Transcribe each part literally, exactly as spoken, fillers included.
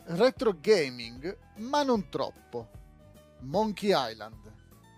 Retro gaming, ma non troppo. Monkey Island.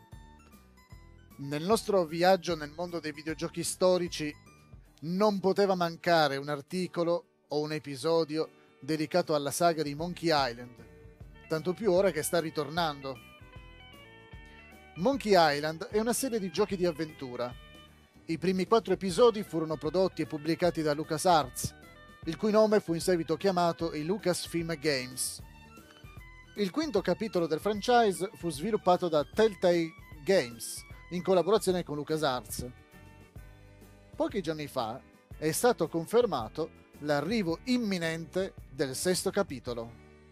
Nel nostro viaggio nel mondo dei videogiochi storici non poteva mancare un articolo o un episodio dedicato alla saga di Monkey Island, tanto più ora che sta ritornando. Monkey Island è una serie di giochi di avventura. I primi quattro episodi furono prodotti e pubblicati da LucasArts, il cui nome fu in seguito chiamato i Lucasfilm Games. Il quinto capitolo del franchise fu sviluppato da Telltale Games in collaborazione con LucasArts. Pochi giorni fa è stato confermato l'arrivo imminente del sesto capitolo.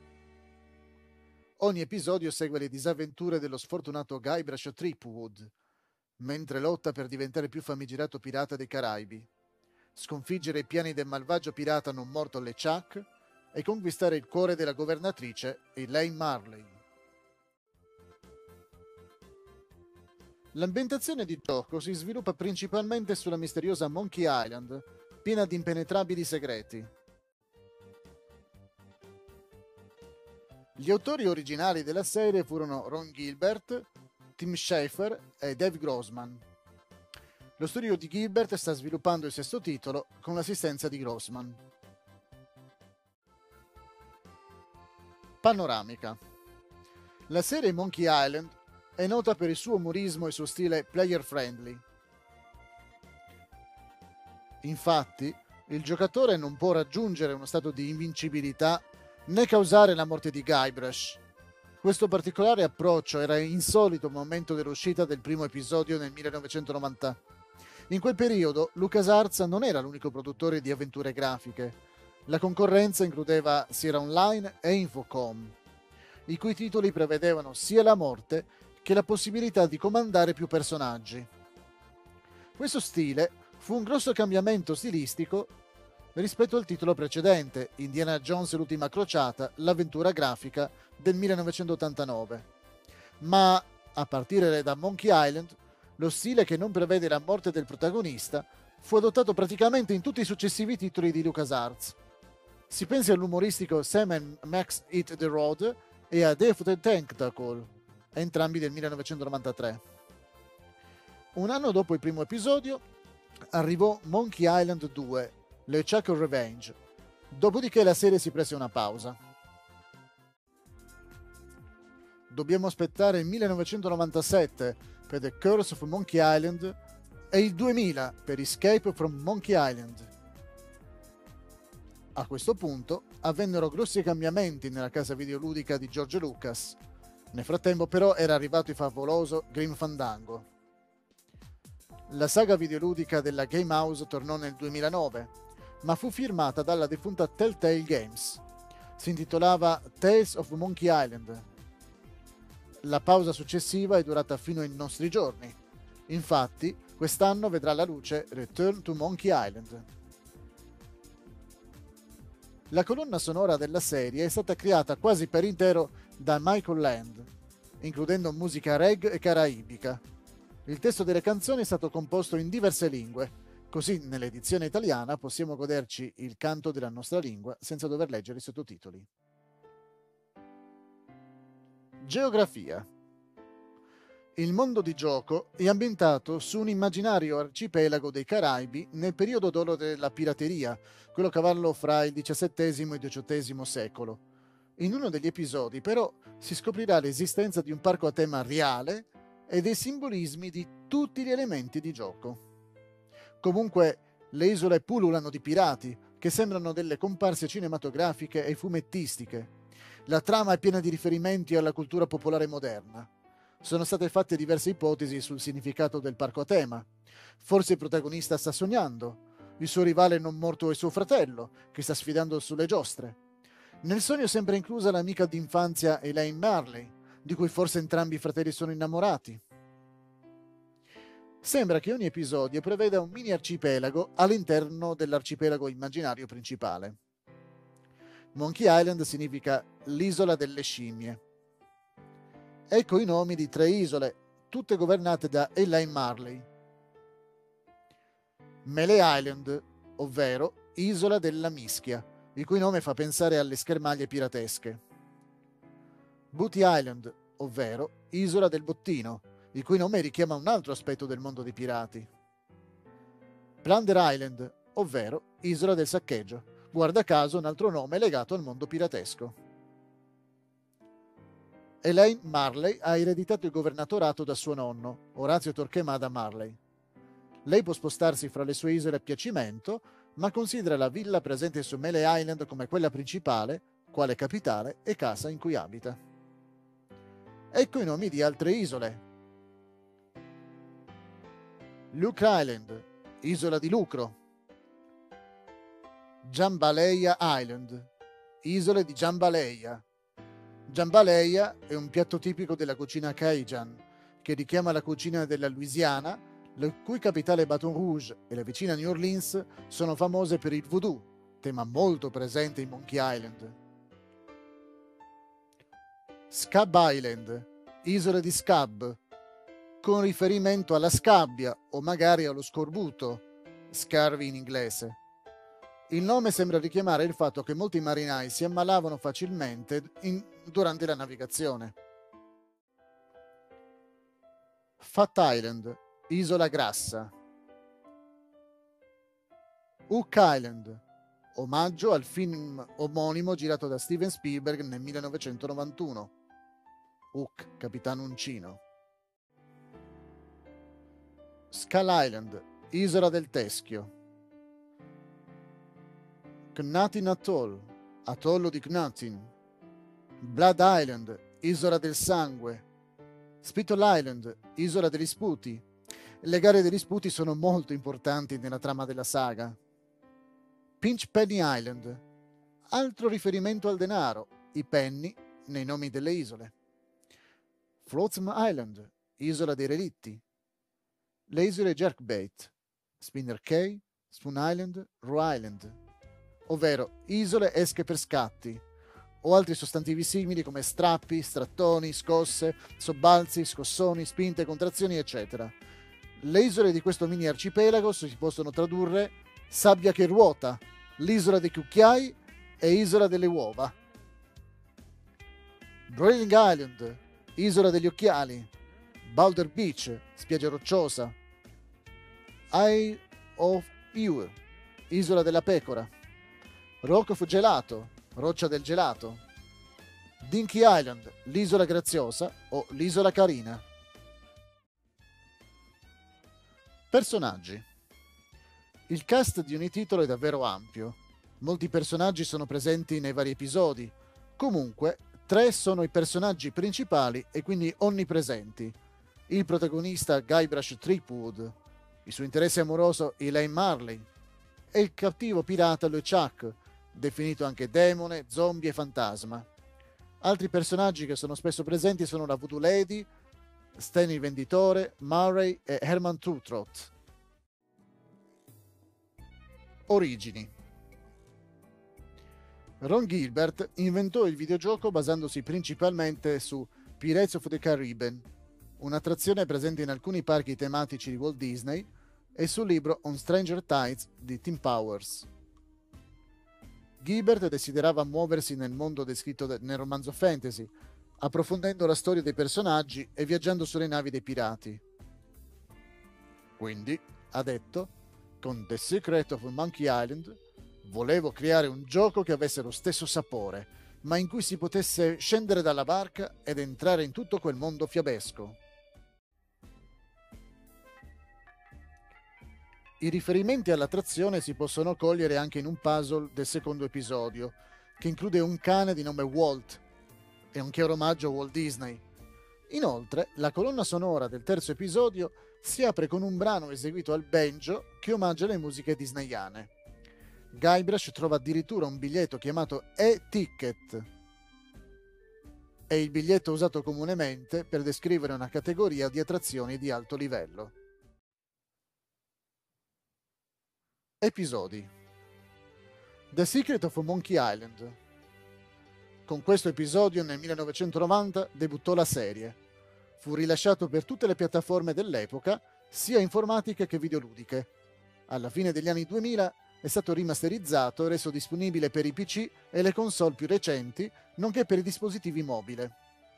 Ogni episodio segue le disavventure dello sfortunato Guybrush Threepwood, mentre lotta per diventare più famigerato pirata dei Caraibi, sconfiggere i piani del malvagio pirata non morto LeChuck e conquistare il cuore della governatrice Elaine Marley. L'ambientazione di gioco si sviluppa principalmente sulla misteriosa Monkey Island, piena di impenetrabili segreti. Gli autori originali della serie furono Ron Gilbert, Tim Schafer e Dave Grossman. Lo studio di Gilbert sta sviluppando il sesto titolo con l'assistenza di Grossman. Panoramica. La serie Monkey Island è nota per il suo umorismo e il suo stile player friendly. Infatti, il giocatore non può raggiungere uno stato di invincibilità né causare la morte di Guybrush. Questo particolare approccio era insolito al momento dell'uscita del primo episodio nel millenovecentonovanta. In quel periodo LucasArts non era l'unico produttore di avventure grafiche. La concorrenza includeva Sierra Online e Infocom, i cui titoli prevedevano sia la morte che la possibilità di comandare più personaggi. Questo stile fu un grosso cambiamento stilistico rispetto al titolo precedente, Indiana Jones e l'ultima crociata, l'avventura grafica del millenovecentottantanove. Ma, a partire da Monkey Island, lo stile che non prevede la morte del protagonista fu adottato praticamente in tutti i successivi titoli di LucasArts. Si pensi all'umoristico Sam and Max Hit the Road e a Day of the Tentacle, entrambi del millenovecentonovantatré. Un anno dopo il primo episodio arrivò Monkey Island due, LeChuck Revenge, dopodiché la serie si prese una pausa. Dobbiamo aspettare il millenovecentonovantasette per The Curse of Monkey Island e il duemila per Escape from Monkey Island. A questo punto avvennero grossi cambiamenti nella casa videoludica di George Lucas. Nel frattempo però era arrivato il favoloso Grim Fandango. La saga videoludica della Game House tornò nel duemilanove, ma fu firmata dalla defunta Telltale Games. Si intitolava Tales of Monkey Island. La pausa successiva è durata fino ai nostri giorni. Infatti, quest'anno vedrà la luce Return to Monkey Island. La colonna sonora della serie è stata creata quasi per intero da Michael Land, includendo musica reggae e caraibica. Il testo delle canzoni è stato composto in diverse lingue, così nell'edizione italiana possiamo goderci il canto della nostra lingua senza dover leggere i sottotitoli. Geografia. Il mondo di gioco è ambientato su un immaginario arcipelago dei Caraibi nel periodo d'oro della pirateria, quello a cavallo fra il diciassettesimo e il diciottesimo secolo. In uno degli episodi, però, si scoprirà l'esistenza di un parco a tema reale e dei simbolismi di tutti gli elementi di gioco. Comunque, le isole pullulano di pirati, che sembrano delle comparse cinematografiche e fumettistiche. La trama è piena di riferimenti alla cultura popolare moderna. Sono state fatte diverse ipotesi sul significato del parco a tema. Forse il protagonista sta sognando, il suo rivale non morto è suo fratello, che sta sfidando sulle giostre. Nel sogno sembra inclusa l'amica d'infanzia Elaine Marley, di cui forse entrambi i fratelli sono innamorati. Sembra che ogni episodio preveda un mini arcipelago all'interno dell'arcipelago immaginario principale. Monkey Island significa l'isola delle scimmie. Ecco i nomi di tre isole, tutte governate da Elaine Marley. Melee Island, ovvero Isola della Mischia, il cui nome fa pensare alle schermaglie piratesche. Booty Island, ovvero Isola del Bottino, il cui nome richiama un altro aspetto del mondo dei pirati. Plunder Island, ovvero Isola del Saccheggio, guarda caso un altro nome legato al mondo piratesco. Elaine Marley ha ereditato il governatorato da suo nonno, Orazio Torquemada Marley. Lei può spostarsi fra le sue isole a piacimento, ma considera la villa presente su Melee Island come quella principale, quale capitale e casa in cui abita. Ecco i nomi di altre isole. Luke Island, isola di lucro. Jambalaya Island, isole di Jambalaya. Jambalaya è un piatto tipico della cucina Cajun, che richiama la cucina della Louisiana, la cui capitale Baton Rouge e la vicina New Orleans sono famose per il voodoo, tema molto presente in Monkey Island. Scab Island, isola di Scab, con riferimento alla scabbia o magari allo scorbuto, scurvy in inglese. Il nome sembra richiamare il fatto che molti marinai si ammalavano facilmente in, durante la navigazione. Fat Island, isola grassa. Hook Island, omaggio al film omonimo girato da Steven Spielberg nel millenovecentonovantuno. Hook, capitano uncino. Skull Island, isola del teschio. Knatin Atoll, atollo di Knatin. Blood Island, isola del sangue. Spittle Island, isola degli sputi. Le gare degli sputi sono molto importanti nella trama della saga. Pinch Penny Island, altro riferimento al denaro, i penny nei nomi delle isole. Flotsam Island, isola dei relitti. Le isole Jerkbait, Spinner Cay, Spoon Island, Roe Island, ovvero isole esche per scatti, o altri sostantivi simili come strappi, strattoni, scosse, sobbalzi, scossoni, spinte, contrazioni, eccetera. Le isole di questo mini arcipelago si possono tradurre sabbia che ruota, l'isola dei cucchiai e isola delle uova. Broiling Island, isola degli occhiali. Boulder Beach, spiaggia rocciosa. Isle of Ewe, isola della pecora. Rock of Gelato, roccia del gelato. Dinky Island, l'isola graziosa o l'isola carina. Personaggi. Il cast di ogni titolo è davvero ampio. Molti personaggi sono presenti nei vari episodi. Comunque, tre sono i personaggi principali e quindi onnipresenti. Il protagonista Guybrush Threepwood, il suo interesse amoroso Elaine Marley e il cattivo pirata LeChuck, definito anche demone, zombie e fantasma. Altri personaggi che sono spesso presenti sono la Voodoo Lady, Stan il venditore, Murray e Herman Truetrot. Origini. Ron Gilbert inventò il videogioco basandosi principalmente su Pirates of the Caribbean, un'attrazione presente in alcuni parchi tematici di Walt Disney, e sul libro On Stranger Tides di Tim Powers. Gilbert desiderava muoversi nel mondo descritto nel romanzo fantasy, approfondendo la storia dei personaggi e viaggiando sulle navi dei pirati. Quindi, ha detto, con The Secret of Monkey Island volevo creare un gioco che avesse lo stesso sapore, ma in cui si potesse scendere dalla barca ed entrare in tutto quel mondo fiabesco. I riferimenti all'attrazione si possono cogliere anche in un puzzle del secondo episodio, che include un cane di nome Walt, e un chiaro omaggio a Walt Disney. Inoltre, la colonna sonora del terzo episodio si apre con un brano eseguito al banjo che omaggia le musiche disneyane. Guybrush trova addirittura un biglietto chiamato E-Ticket. È il biglietto usato comunemente per descrivere una categoria di attrazioni di alto livello. Episodi. The Secret of Monkey Island. Con questo episodio nel millenovecentonovanta debuttò la serie. Fu rilasciato per tutte le piattaforme dell'epoca, sia informatiche che videoludiche. Alla fine degli anni duemila è stato rimasterizzato e reso disponibile per i P C e le console più recenti, nonché per i dispositivi mobili.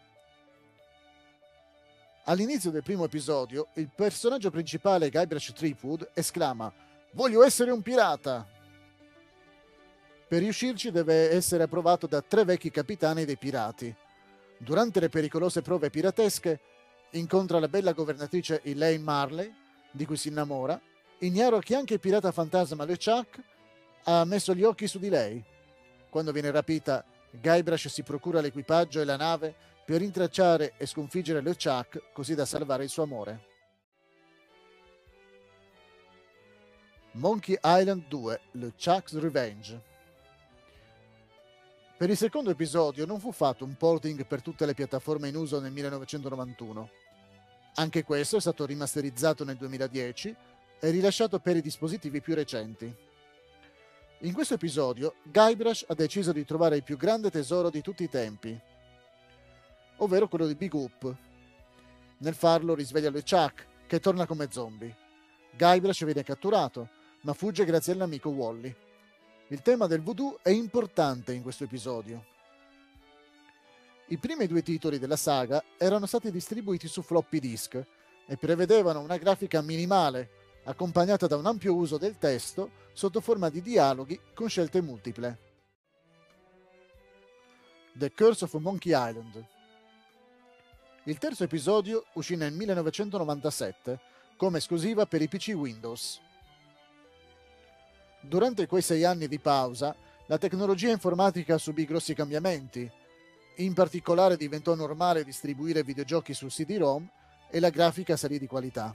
All'inizio del primo episodio, il personaggio principale Guybrush Threepwood esclama «Voglio essere un pirata!». Per riuscirci deve essere approvato da tre vecchi capitani dei pirati. Durante le pericolose prove piratesche incontra la bella governatrice Elaine Marley, di cui si innamora, ignaro che anche il pirata fantasma LeChuck ha messo gli occhi su di lei. Quando viene rapita, Guybrush si procura l'equipaggio e la nave per rintracciare e sconfiggere LeChuck così da salvare il suo amore. Monkey Island due LeChuck's Revenge. Per il secondo episodio non fu fatto un porting per tutte le piattaforme in uso nel millenovecentonovantuno. Anche questo è stato rimasterizzato nel duemiladieci e rilasciato per i dispositivi più recenti. In questo episodio, Guybrush ha deciso di trovare il più grande tesoro di tutti i tempi, ovvero quello di Big Hoop. Nel farlo risveglia LeChuck, che torna come zombie. Guybrush viene catturato, ma fugge grazie all'amico Wally. Il tema del voodoo è importante in questo episodio. I primi due titoli della saga erano stati distribuiti su floppy disk e prevedevano una grafica minimale, accompagnata da un ampio uso del testo sotto forma di dialoghi con scelte multiple. The Curse of Monkey Island. Il terzo episodio uscì nel millenovecentonovantasette come esclusiva per i P C Windows. Durante quei sei anni di pausa, la tecnologia informatica subì grossi cambiamenti. In particolare diventò normale distribuire videogiochi su C D-ROM e la grafica salì di qualità.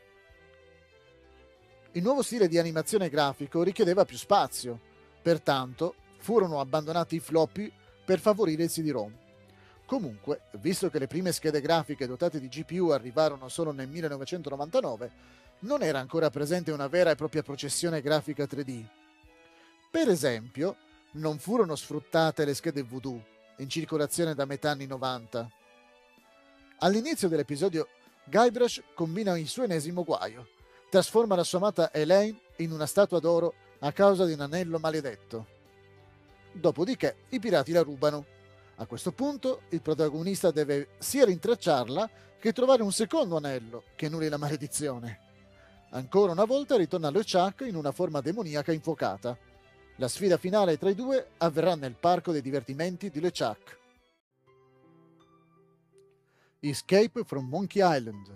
Il nuovo stile di animazione grafico richiedeva più spazio, pertanto furono abbandonati i floppy per favorire il C D-ROM. Comunque, visto che le prime schede grafiche dotate di G P U arrivarono solo nel millenovecentonovantanove, non era ancora presente una vera e propria processione grafica tre D. Per esempio, non furono sfruttate le schede Voodoo, in circolazione da metà anni novanta. All'inizio dell'episodio, Guybrush combina il suo ennesimo guaio. Trasforma la sua amata Elaine in una statua d'oro a causa di un anello maledetto. Dopodiché, i pirati la rubano. A questo punto, il protagonista deve sia rintracciarla che trovare un secondo anello che annulli la maledizione. Ancora una volta ritorna LeChuck in una forma demoniaca infuocata. La sfida finale tra i due avverrà nel parco dei divertimenti di LeChuck. Escape from Monkey Island.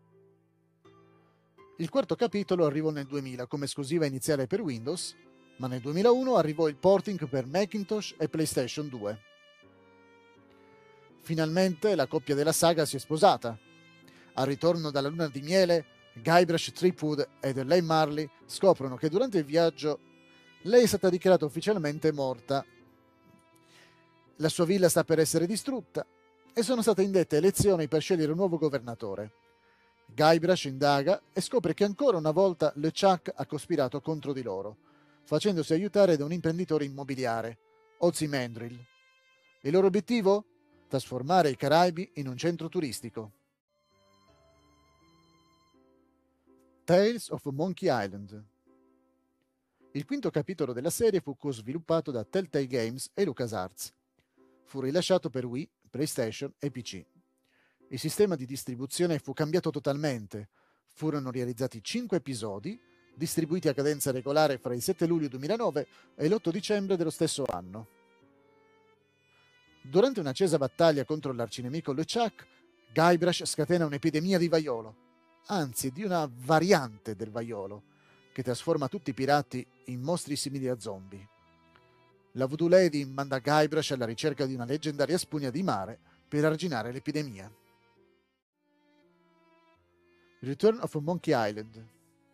Il quarto capitolo arrivò nel duemila come esclusiva iniziale per Windows, ma nel duemilauno arrivò il porting per Macintosh e PlayStation due. Finalmente la coppia della saga si è sposata. Al ritorno dalla luna di miele, Guybrush Threepwood ed Elaine Marley scoprono che durante il viaggio lei è stata dichiarata ufficialmente morta. La sua villa sta per essere distrutta e sono state indette elezioni per scegliere un nuovo governatore. Guybrush indaga e scopre che ancora una volta LeChuck ha cospirato contro di loro, facendosi aiutare da un imprenditore immobiliare, Ozzy Mandrill. Il loro obiettivo? Trasformare i Caraibi in un centro turistico. Tales of Monkey Island. Il quinto capitolo della serie fu co-sviluppato da Telltale Games e LucasArts. Fu rilasciato per Wii, PlayStation e P C. Il sistema di distribuzione fu cambiato totalmente. Furono realizzati cinque episodi, distribuiti a cadenza regolare fra il sette luglio duemilanove e l'otto dicembre dello stesso anno. Durante un'accesa battaglia contro l'arcinemico LeChuck, Guybrush scatena un'epidemia di vaiolo, anzi di una variante del vaiolo, che trasforma tutti i pirati in mostri simili a zombie. La Voodoo Lady manda Guybrush alla ricerca di una leggendaria spugna di mare per arginare l'epidemia. Return of Monkey Island.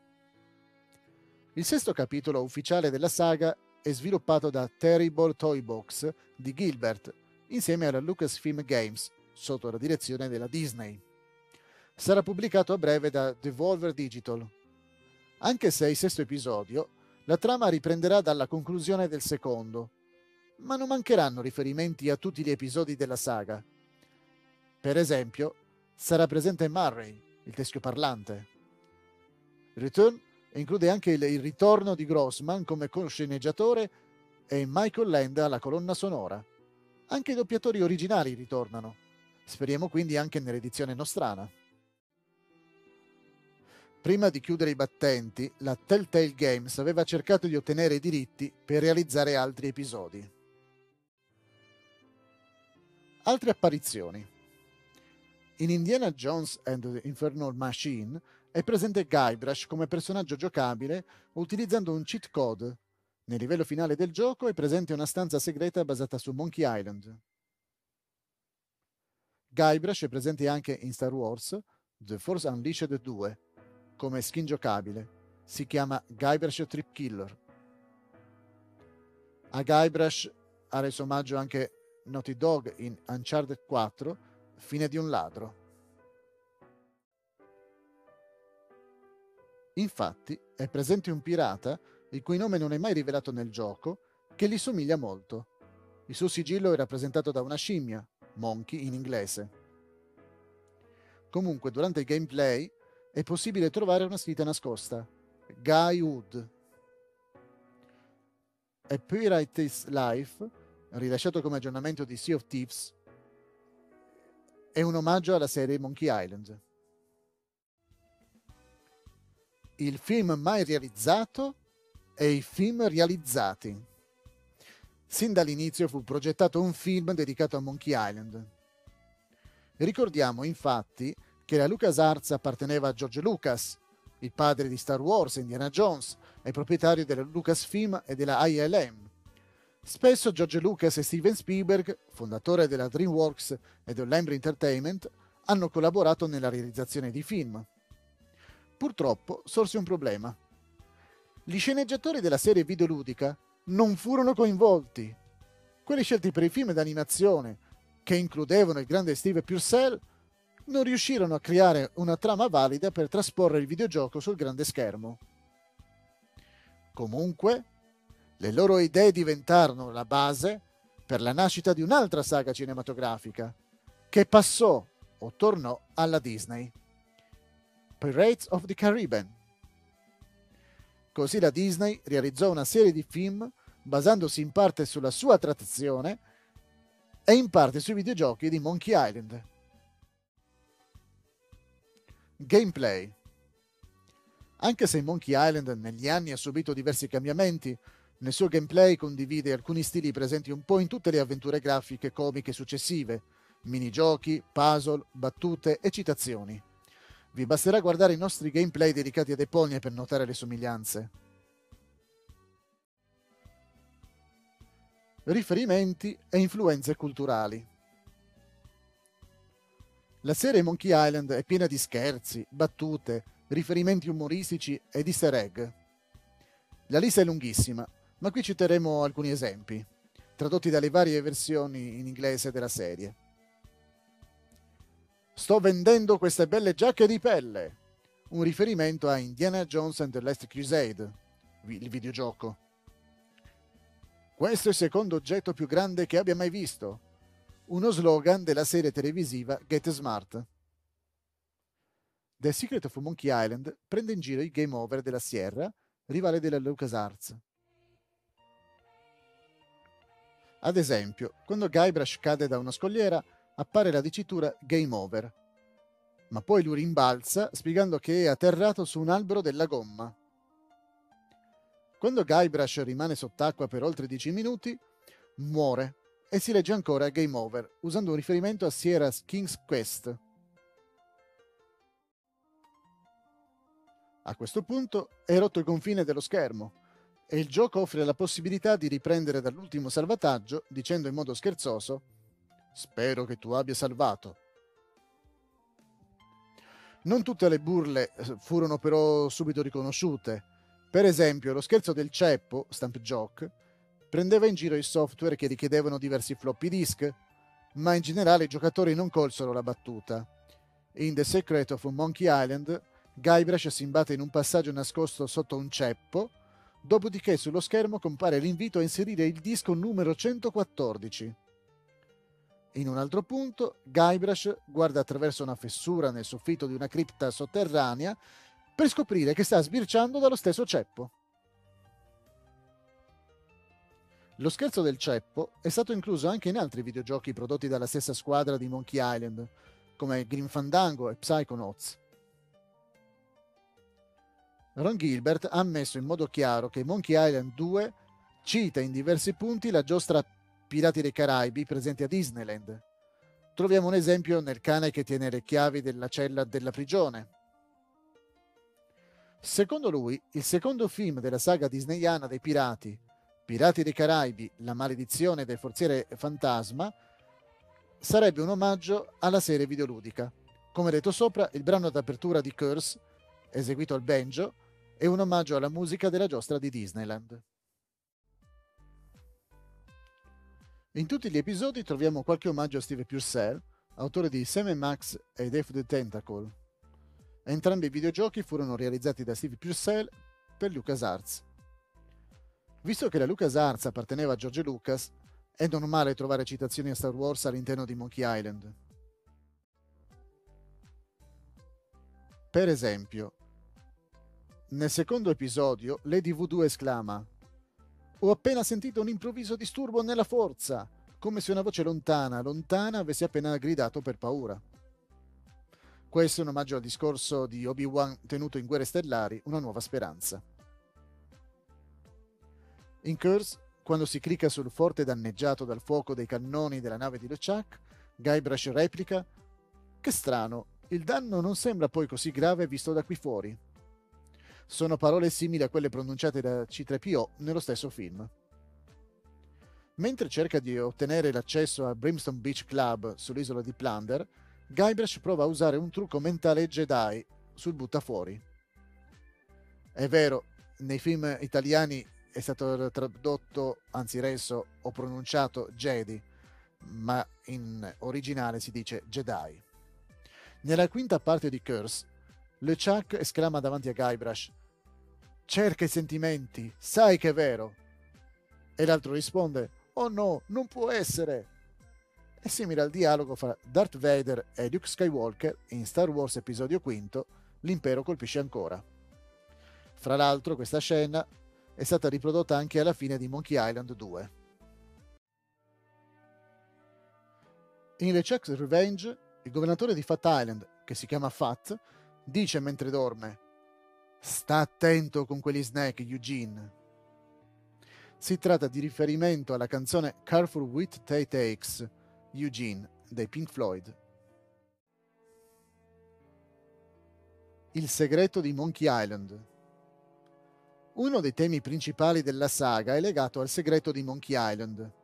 Il sesto capitolo ufficiale della saga è sviluppato da Terrible Toy Box di Gilbert, insieme alla Lucasfilm Games, sotto la direzione della Disney. Sarà pubblicato a breve da Devolver Digital. Anche se è il sesto episodio, la trama riprenderà dalla conclusione del secondo, ma non mancheranno riferimenti a tutti gli episodi della saga. Per esempio, sarà presente Murray, il teschio parlante. Return e include anche il, il ritorno di Grossman come co-sceneggiatore e Michael Land alla colonna sonora. Anche i doppiatori originali ritornano. Speriamo quindi anche nell'edizione nostrana. Prima di chiudere i battenti, la Telltale Games aveva cercato di ottenere i diritti per realizzare altri episodi. Altre apparizioni. In Indiana Jones and the Infernal Machine è presente Guybrush come personaggio giocabile utilizzando un cheat code. Nel livello finale del gioco è presente una stanza segreta basata su Monkey Island. Guybrush è presente anche in Star Wars The Force Unleashed due come skin giocabile. Si chiama Guybrush Trip Killer. A Guybrush ha reso omaggio anche Naughty Dog in Uncharted quattro, Fine di un ladro. Infatti è presente un pirata, il cui nome non è mai rivelato nel gioco, che gli somiglia molto. Il suo sigillo è rappresentato da una scimmia, Monkey in inglese. Comunque, durante il gameplay è possibile trovare una scritta nascosta, Guy Wood. A Pirate's Life, rilasciato come aggiornamento di Sea of Thieves, è un omaggio alla serie Monkey Island. Il film mai realizzato e i film realizzati. Sin dall'inizio fu progettato un film dedicato a Monkey Island. Ricordiamo infatti che la LucasArts apparteneva a George Lucas, il padre di Star Wars e Indiana Jones, e proprietario della Lucasfilm e della I L M. Spesso George Lucas e Steven Spielberg, fondatore della DreamWorks e dell'Embry Entertainment, hanno collaborato nella realizzazione di film. Purtroppo sorse un problema. Gli sceneggiatori della serie videoludica non furono coinvolti. Quelli scelti per i film d'animazione, che includevano il grande Steve Purcell, non riuscirono a creare una trama valida per trasporre il videogioco sul grande schermo. Comunque, le loro idee diventarono la base per la nascita di un'altra saga cinematografica, che passò o tornò alla Disney. Pirates of the Caribbean. Così la Disney realizzò una serie di film basandosi in parte sulla sua trattazione e in parte sui videogiochi di Monkey Island. Gameplay. Anche se Monkey Island negli anni ha subito diversi cambiamenti, nel suo gameplay condivide alcuni stili presenti un po' in tutte le avventure grafiche comiche successive, minigiochi, puzzle, battute e citazioni. Vi basterà guardare i nostri gameplay dedicati ad Eponia per notare le somiglianze. Riferimenti e influenze culturali. La serie Monkey Island è piena di scherzi, battute, riferimenti umoristici ed easter egg. La lista è lunghissima, ma qui citeremo alcuni esempi, tradotti dalle varie versioni in inglese della serie. Sto vendendo queste belle giacche di pelle, un riferimento a Indiana Jones and the Last Crusade, il videogioco. Questo è il secondo oggetto più grande che abbia mai visto, uno slogan della serie televisiva Get Smart. The Secret of Monkey Island prende in giro il Game Over della Sierra, rivale della LucasArts. Ad esempio, quando Guybrush cade da una scogliera, appare la dicitura Game Over, ma poi lui rimbalza spiegando che è atterrato su un albero della gomma. Quando Guybrush rimane sott'acqua per oltre dieci minuti, muore e si legge ancora Game Over, usando un riferimento a Sierra's King's Quest. A questo punto è rotto il confine dello schermo e il gioco offre la possibilità di riprendere dall'ultimo salvataggio dicendo in modo scherzoso «Spero che tu abbia salvato». Non tutte le burle furono però subito riconosciute. Per esempio, lo scherzo del ceppo, Stamp Joke, prendeva in giro il software che richiedevano diversi floppy disk, ma in generale i giocatori non colsero la battuta. In The Secret of Monkey Island, Guybrush si imbatte in un passaggio nascosto sotto un ceppo, dopodiché sullo schermo compare l'invito a inserire il disco numero centoquattordici. In un altro punto, Guybrush guarda attraverso una fessura nel soffitto di una cripta sotterranea per scoprire che sta sbirciando dallo stesso ceppo. Lo scherzo del ceppo è stato incluso anche in altri videogiochi prodotti dalla stessa squadra di Monkey Island, come Grim Fandango e Psychonauts. Ron Gilbert ha ammesso in modo chiaro che Monkey Island due cita in diversi punti la giostra Pirati dei Caraibi presente a Disneyland. Troviamo un esempio nel cane che tiene le chiavi della cella della prigione. Secondo lui, il secondo film della saga disneyana dei pirati, Pirati dei Caraibi, La maledizione del forziere fantasma, sarebbe un omaggio alla serie videoludica. Come detto sopra, il brano d'apertura di Curse, eseguito al banjo, è un omaggio alla musica della giostra di Disneyland. In tutti gli episodi troviamo qualche omaggio a Steve Purcell, autore di Sam and Max e Dave the Tentacle. Entrambi i videogiochi furono realizzati da Steve Purcell per LucasArts. Visto che la LucasArts apparteneva a George Lucas, è normale trovare citazioni a Star Wars all'interno di Monkey Island. Per esempio, nel secondo episodio Lady Voodoo esclama: "Ho appena sentito un improvviso disturbo nella forza", come se una voce lontana, lontana avesse appena gridato per paura. Questo è un omaggio al discorso di Obi-Wan tenuto in Guerre Stellari, Una nuova speranza. In Curse, quando si clicca sul forte danneggiato dal fuoco dei cannoni della nave di LeChuck, Guybrush replica: "Che strano, il danno non sembra poi così grave visto da qui fuori". Sono parole simili a quelle pronunciate da C tre P O nello stesso film. Mentre cerca di ottenere l'accesso a Brimstone Beach Club sull'isola di Plunder, Guybrush prova a usare un trucco mentale Jedi sul buttafuori. È vero, nei film italiani è stato tradotto, anzi reso o pronunciato Jedi, ma in originale si dice Jedi. Nella quinta parte di Curse, LeChuck esclama davanti a Guybrush: "Cerca i sentimenti, sai che è vero". E l'altro risponde: "Oh no, non può essere". È simile al dialogo fra Darth Vader e Luke Skywalker in Star Wars episodio quinto, L'impero colpisce ancora. Fra l'altro, questa scena è stata riprodotta anche alla fine di Monkey Island due. In LeChuck's Revenge, il governatore di Fat Island, che si chiama Fat, dice mentre dorme: "Sta attento con quegli snack, Eugene". Si tratta di riferimento alla canzone Careful with Tay Takes, Eugene, dei Pink Floyd. Il segreto di Monkey Island. Uno dei temi principali della saga è legato al segreto di Monkey Island.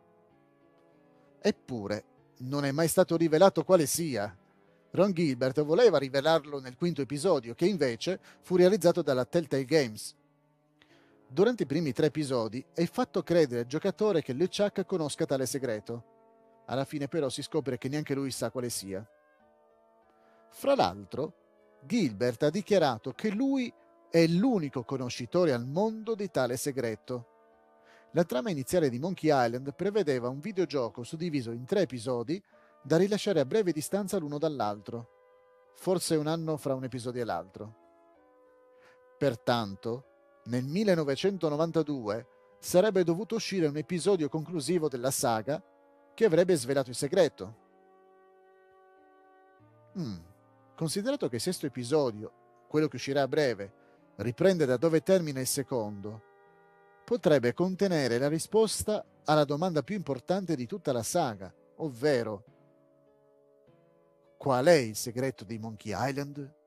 Eppure, non è mai stato rivelato quale sia. Ron Gilbert voleva rivelarlo nel quinto episodio, che invece fu realizzato dalla Telltale Games. Durante i primi tre episodi è fatto credere al giocatore che LeChuck conosca tale segreto. Alla fine però si scopre che neanche lui sa quale sia. Fra l'altro, Gilbert ha dichiarato che lui è l'unico conoscitore al mondo di tale segreto. La trama iniziale di Monkey Island prevedeva un videogioco suddiviso in tre episodi da rilasciare a breve distanza l'uno dall'altro, forse un anno fra un episodio e l'altro. Pertanto, nel millenovecentonovantadue sarebbe dovuto uscire un episodio conclusivo della saga che avrebbe svelato il segreto. Hmm. Considerato che il sesto episodio, quello che uscirà a breve, riprende da dove termina il secondo, potrebbe contenere la risposta alla domanda più importante di tutta la saga, ovvero: qual è il segreto di Monkey Island?